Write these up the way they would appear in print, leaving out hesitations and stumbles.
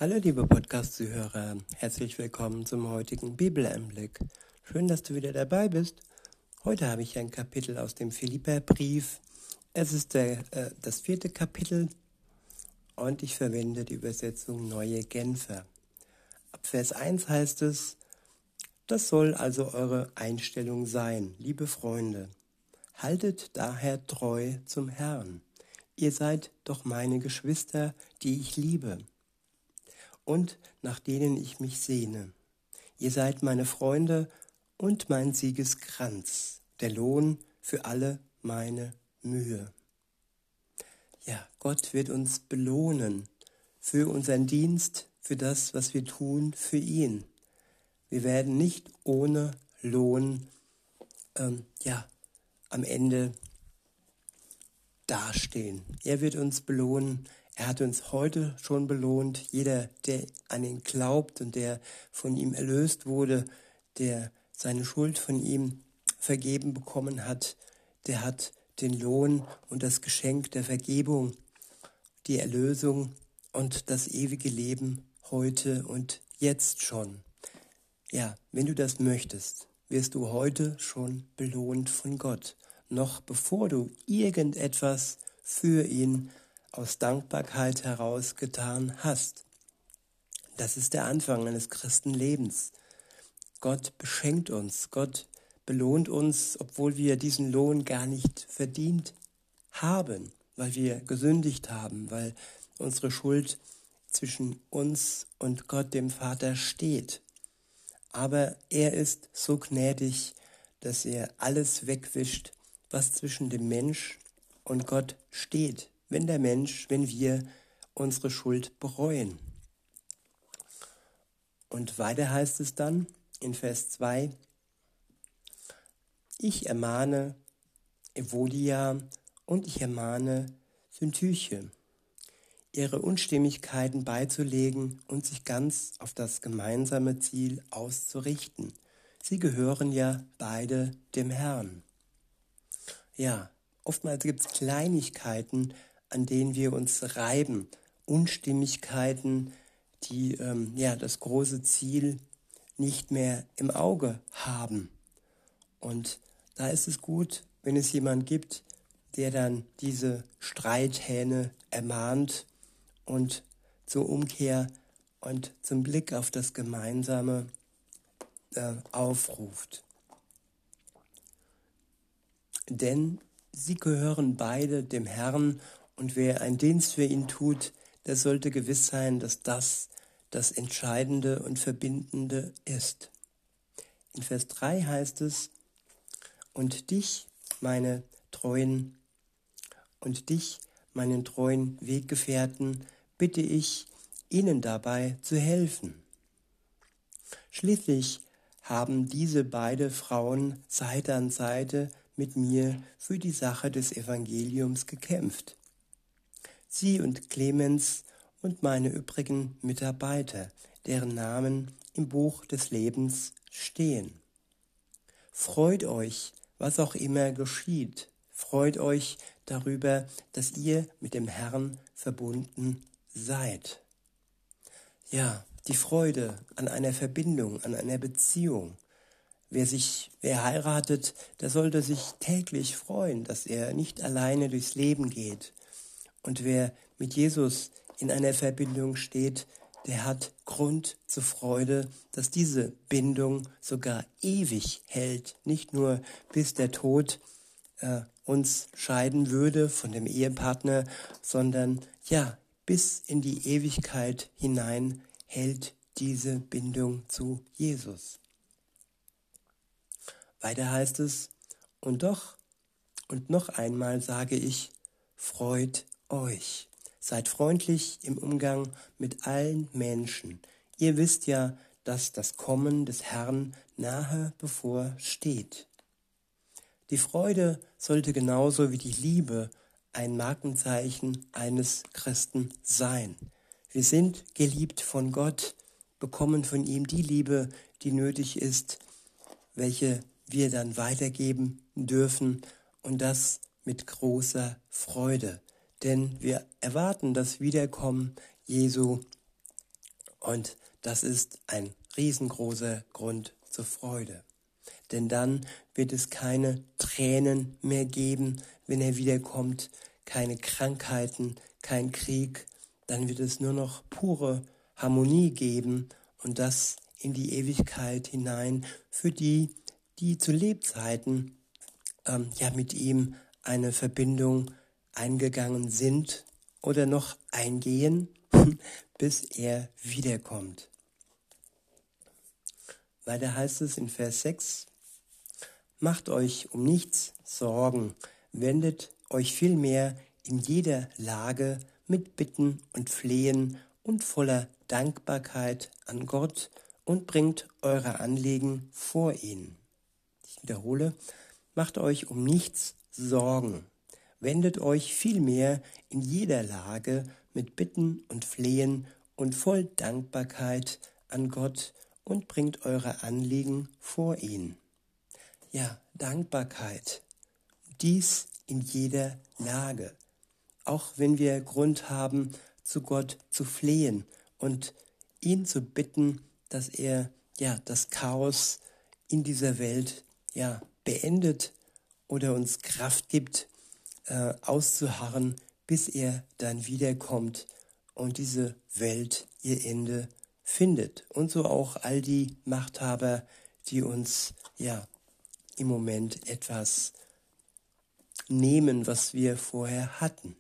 Hallo liebe Podcast-Zuhörer, herzlich willkommen zum heutigen Bibeleinblick. Schön, dass du wieder dabei bist. Heute habe ich ein Kapitel aus dem Philipperbrief. Es ist das 4. Kapitel und ich verwende die Übersetzung Neue Genfer. Ab Vers 1 heißt es: Das soll also eure Einstellung sein, liebe Freunde. Haltet daher treu zum Herrn. Ihr seid doch meine Geschwister, die ich liebe und nach denen ich mich sehne. Ihr seid meine Freunde und mein Siegeskranz, der Lohn für alle meine Mühe. Ja, Gott wird uns belohnen für unseren Dienst, für das, was wir tun, für ihn. Wir werden nicht ohne Lohn am Ende dastehen. Er wird uns belohnen. Er hat uns heute schon belohnt. Jeder, der an ihn glaubt und der von ihm erlöst wurde, der seine Schuld von ihm vergeben bekommen hat, der hat den Lohn und das Geschenk der Vergebung, die Erlösung und das ewige Leben heute und jetzt schon. Ja, wenn du das möchtest, wirst du heute schon belohnt von Gott, noch bevor du irgendetwas für ihn aus Dankbarkeit heraus getan hast. Das ist der Anfang eines Christenlebens. Gott beschenkt uns, Gott belohnt uns, obwohl wir diesen Lohn gar nicht verdient haben, weil wir gesündigt haben, weil unsere Schuld zwischen uns und Gott, dem Vater, steht. Aber er ist so gnädig, dass er alles wegwischt, was zwischen dem Mensch und Gott steht, wenn wir unsere Schuld bereuen. Und weiter heißt es dann in Vers 2: Ich ermahne Evodia und ich ermahne Syntyche, ihre Unstimmigkeiten beizulegen und sich ganz auf das gemeinsame Ziel auszurichten. Sie gehören ja beide dem Herrn. Ja, oftmals gibt es Kleinigkeiten, an denen wir uns reiben, Unstimmigkeiten, die das große Ziel nicht mehr im Auge haben. Und da ist es gut, wenn es jemand gibt, der dann diese Streithähne ermahnt und zur Umkehr und zum Blick auf das Gemeinsame aufruft. Denn sie gehören beide dem Herrn, und wer einen Dienst für ihn tut, der sollte gewiss sein, dass das das Entscheidende und Verbindende ist. In Vers 3 heißt es: Und dich, meinen treuen Weggefährten, bitte ich, ihnen dabei zu helfen. Schließlich haben diese beiden Frauen Seite an Seite mit mir für die Sache des Evangeliums gekämpft. Sie und Clemens und meine übrigen Mitarbeiter, deren Namen im Buch des Lebens stehen. Freut euch, was auch immer geschieht. Freut euch darüber, dass ihr mit dem Herrn verbunden seid. Ja, die Freude an einer Verbindung, an einer Beziehung. Wer heiratet, der sollte sich täglich freuen, dass er nicht alleine durchs Leben geht. Und wer mit Jesus in einer Verbindung steht, der hat Grund zur Freude, dass diese Bindung sogar ewig hält, nicht nur bis der Tod uns scheiden würde von dem Ehepartner, sondern bis in die Ewigkeit hinein hält diese Bindung zu Jesus. Weiter heißt es: Und noch einmal sage ich, freut euch. Seid freundlich im Umgang mit allen Menschen. Ihr wisst ja, dass das Kommen des Herrn nahe bevorsteht. Die Freude sollte genauso wie die Liebe ein Markenzeichen eines Christen sein. Wir sind geliebt von Gott, bekommen von ihm die Liebe, die nötig ist, welche wir dann weitergeben dürfen, und das mit großer Freude. Denn wir erwarten das Wiederkommen Jesu Und das ist ein riesengroßer Grund zur Freude. Denn dann wird es keine Tränen mehr geben, wenn er wiederkommt, keine Krankheiten, kein Krieg. Dann wird es nur noch pure Harmonie geben und das in die Ewigkeit hinein für die, die zu Lebzeiten mit ihm eine Verbindung eingegangen sind oder noch eingehen, bis er wiederkommt. Weiter heißt es in Vers 6, macht euch um nichts Sorgen, wendet euch vielmehr in jeder Lage mit Bitten und Flehen und voller Dankbarkeit an Gott und bringt eure Anliegen vor ihn. Ich wiederhole, macht euch um nichts Sorgen, wendet euch vielmehr in jeder Lage mit Bitten und Flehen und voll Dankbarkeit an Gott und bringt eure Anliegen vor ihn. Ja, Dankbarkeit, dies in jeder Lage. Auch wenn wir Grund haben, zu Gott zu flehen und ihn zu bitten, dass er das Chaos in dieser Welt beendet oder uns Kraft gibt, auszuharren, bis er dann wiederkommt und diese Welt ihr Ende findet. Und so auch all die Machthaber, die uns im Moment etwas nehmen, was wir vorher hatten.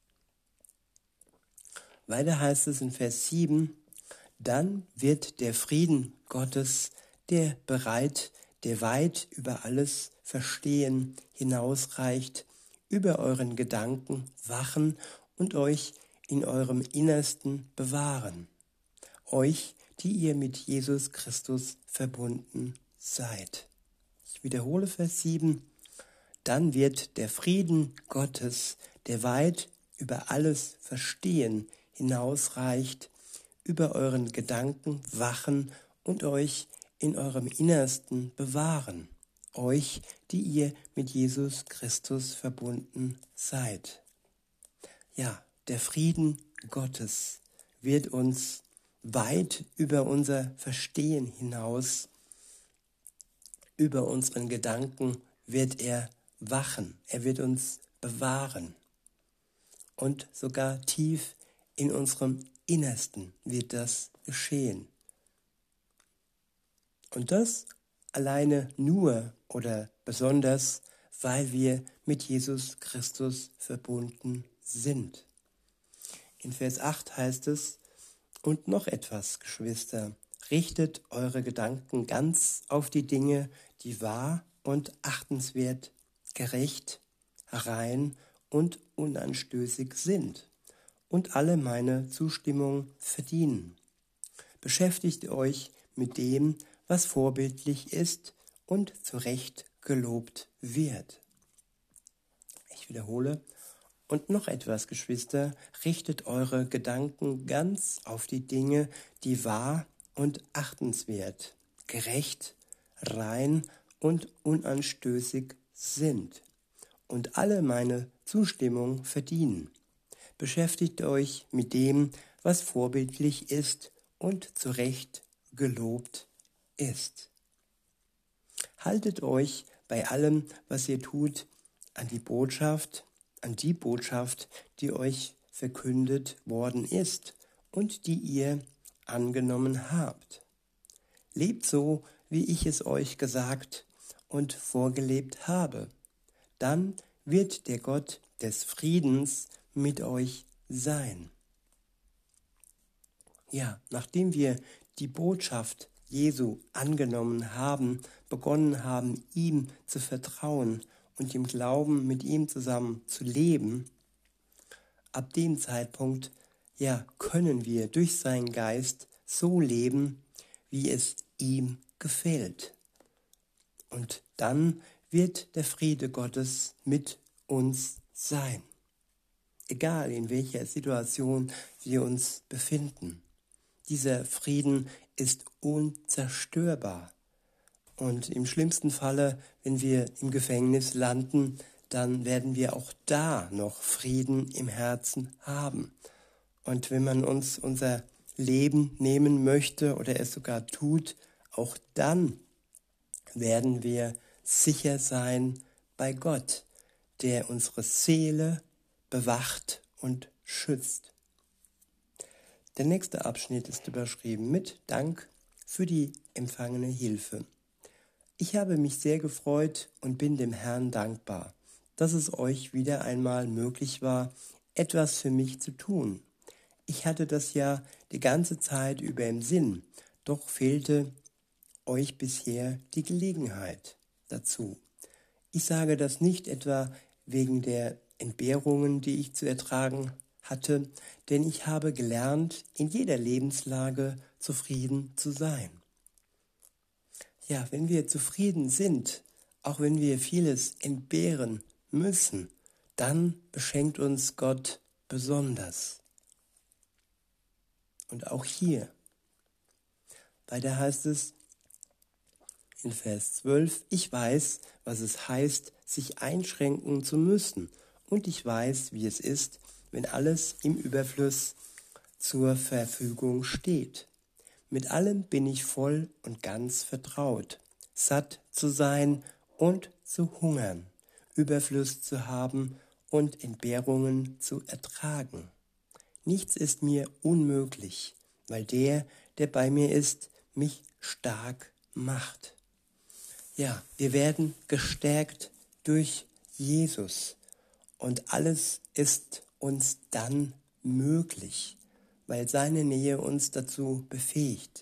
Weiter heißt es in Vers 7, dann wird der Frieden Gottes, der weit über alles Verstehen hinausreicht, über euren Gedanken wachen und euch in eurem Innersten bewahren. Euch, die ihr mit Jesus Christus verbunden seid. Ich wiederhole Vers 7. Dann wird der Frieden Gottes, der weit über alles Verstehen hinausreicht, über euren Gedanken wachen und euch in eurem Innersten bewahren. Euch, die ihr mit Jesus Christus verbunden seid. Ja, der Frieden Gottes wird uns weit über unser Verstehen hinaus, über unseren Gedanken wird er wachen. Er wird uns bewahren. Und sogar tief in unserem Innersten wird das geschehen. Und das alleine nur oder besonders, weil wir mit Jesus Christus verbunden sind. In Vers 8 heißt es, und noch etwas, Geschwister, richtet eure Gedanken ganz auf die Dinge, die wahr und achtenswert, gerecht, rein und unanstößig sind und alle meine Zustimmung verdienen. Beschäftigt euch mit dem, was vorbildlich ist und zu Recht gelobt wird. Ich wiederhole, und noch etwas, Geschwister, richtet eure Gedanken ganz auf die Dinge, die wahr und achtenswert, gerecht, rein und unanstößig sind und alle meine Zustimmung verdienen. Beschäftigt euch mit dem, was vorbildlich ist und zu Recht gelobt ist. Haltet euch bei allem, was ihr tut, an die Botschaft, die euch verkündet worden ist und die ihr angenommen habt. Lebt so, wie ich es euch gesagt und vorgelebt habe. Dann wird der Gott des Friedens mit euch sein. Ja, nachdem wir die Botschaft Jesu angenommen haben, begonnen haben, ihm zu vertrauen und im Glauben mit ihm zusammen zu leben, ab dem Zeitpunkt, können wir durch seinen Geist so leben, wie es ihm gefällt. Und dann wird der Friede Gottes mit uns sein. Egal in welcher Situation wir uns befinden. Dieser Frieden ist unzerstörbar. Und im schlimmsten Falle, wenn wir im Gefängnis landen, dann werden wir auch da noch Frieden im Herzen haben. Und wenn man uns unser Leben nehmen möchte oder es sogar tut, auch dann werden wir sicher sein bei Gott, der unsere Seele bewacht und schützt. Der nächste Abschnitt ist überschrieben mit Dank für die empfangene Hilfe. Ich habe mich sehr gefreut und bin dem Herrn dankbar, dass es euch wieder einmal möglich war, etwas für mich zu tun. Ich hatte das ja die ganze Zeit über im Sinn, doch fehlte euch bisher die Gelegenheit dazu. Ich sage das nicht etwa wegen der Entbehrungen, die ich zu ertragen hatte, denn ich habe gelernt, in jeder Lebenslage zufrieden zu sein. Ja, wenn wir zufrieden sind, auch wenn wir vieles entbehren müssen, dann beschenkt uns Gott besonders. Und auch hier, weiter heißt es in Vers 12, ich weiß, was es heißt, sich einschränken zu müssen, und ich weiß, wie es ist, wenn alles im Überfluss zur Verfügung steht. Mit allem bin ich voll und ganz vertraut, satt zu sein und zu hungern, Überfluss zu haben und Entbehrungen zu ertragen. Nichts ist mir unmöglich, weil der bei mir ist, mich stark macht. Ja, wir werden gestärkt durch Jesus und alles ist uns dann möglich, weil seine Nähe uns dazu befähigt.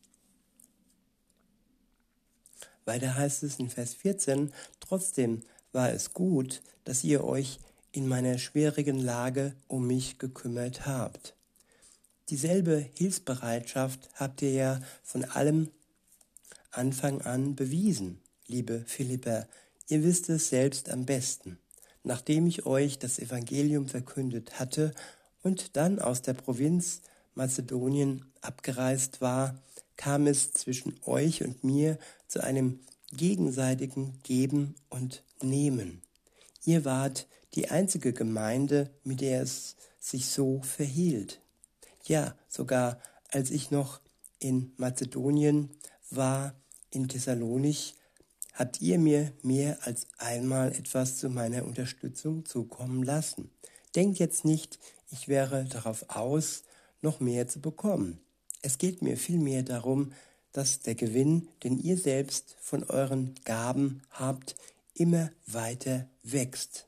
Weiter heißt es in Vers 14, trotzdem war es gut, dass ihr euch in meiner schwierigen Lage um mich gekümmert habt. Dieselbe Hilfsbereitschaft habt ihr ja von allem Anfang an bewiesen, liebe Philipper. Ihr wisst es selbst am besten. Nachdem ich euch das Evangelium verkündet hatte und dann aus der Provinz Mazedonien abgereist war, kam es zwischen euch und mir zu einem gegenseitigen Geben und Nehmen. Ihr wart die einzige Gemeinde, mit der es sich so verhielt. Ja, sogar als ich noch in Mazedonien war, in Thessalonich, habt ihr mir mehr als einmal etwas zu meiner Unterstützung zukommen lassen. Denkt jetzt nicht, ich wäre darauf aus, noch mehr zu bekommen. Es geht mir vielmehr darum, dass der Gewinn, den ihr selbst von euren Gaben habt, immer weiter wächst.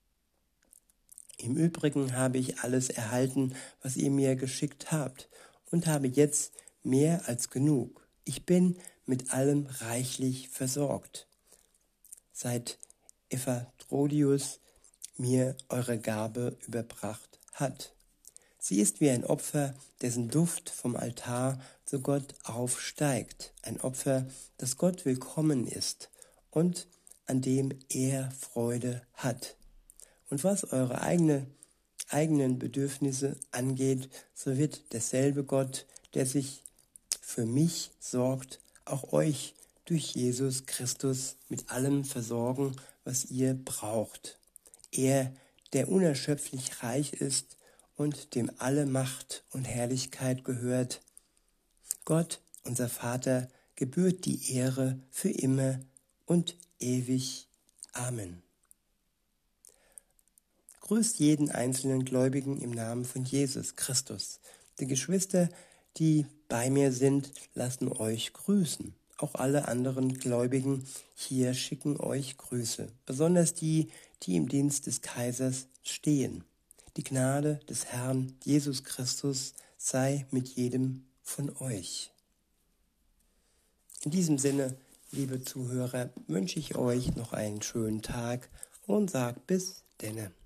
Im Übrigen habe ich alles erhalten, was ihr mir geschickt habt, und habe jetzt mehr als genug. Ich bin mit allem reichlich versorgt, seit Epaphroditus mir eure Gabe überbracht hat. Sie ist wie ein Opfer, dessen Duft vom Altar zu Gott aufsteigt, ein Opfer, das Gott willkommen ist und an dem er Freude hat. Und was eure eigenen Bedürfnisse angeht, so wird derselbe Gott, der sich für mich sorgt, auch euch durch Jesus Christus mit allem versorgen, was ihr braucht. Er, der unerschöpflich reich ist und dem alle Macht und Herrlichkeit gehört. Gott, unser Vater, gebührt die Ehre für immer und ewig. Amen. Grüßt jeden einzelnen Gläubigen im Namen von Jesus Christus. Die Geschwister, die bei mir sind, lassen euch grüßen. Auch alle anderen Gläubigen hier schicken euch Grüße, besonders die, die im Dienst des Kaisers stehen. Die Gnade des Herrn Jesus Christus sei mit jedem von euch. In diesem Sinne, liebe Zuhörer, wünsche ich euch noch einen schönen Tag und sage bis denne.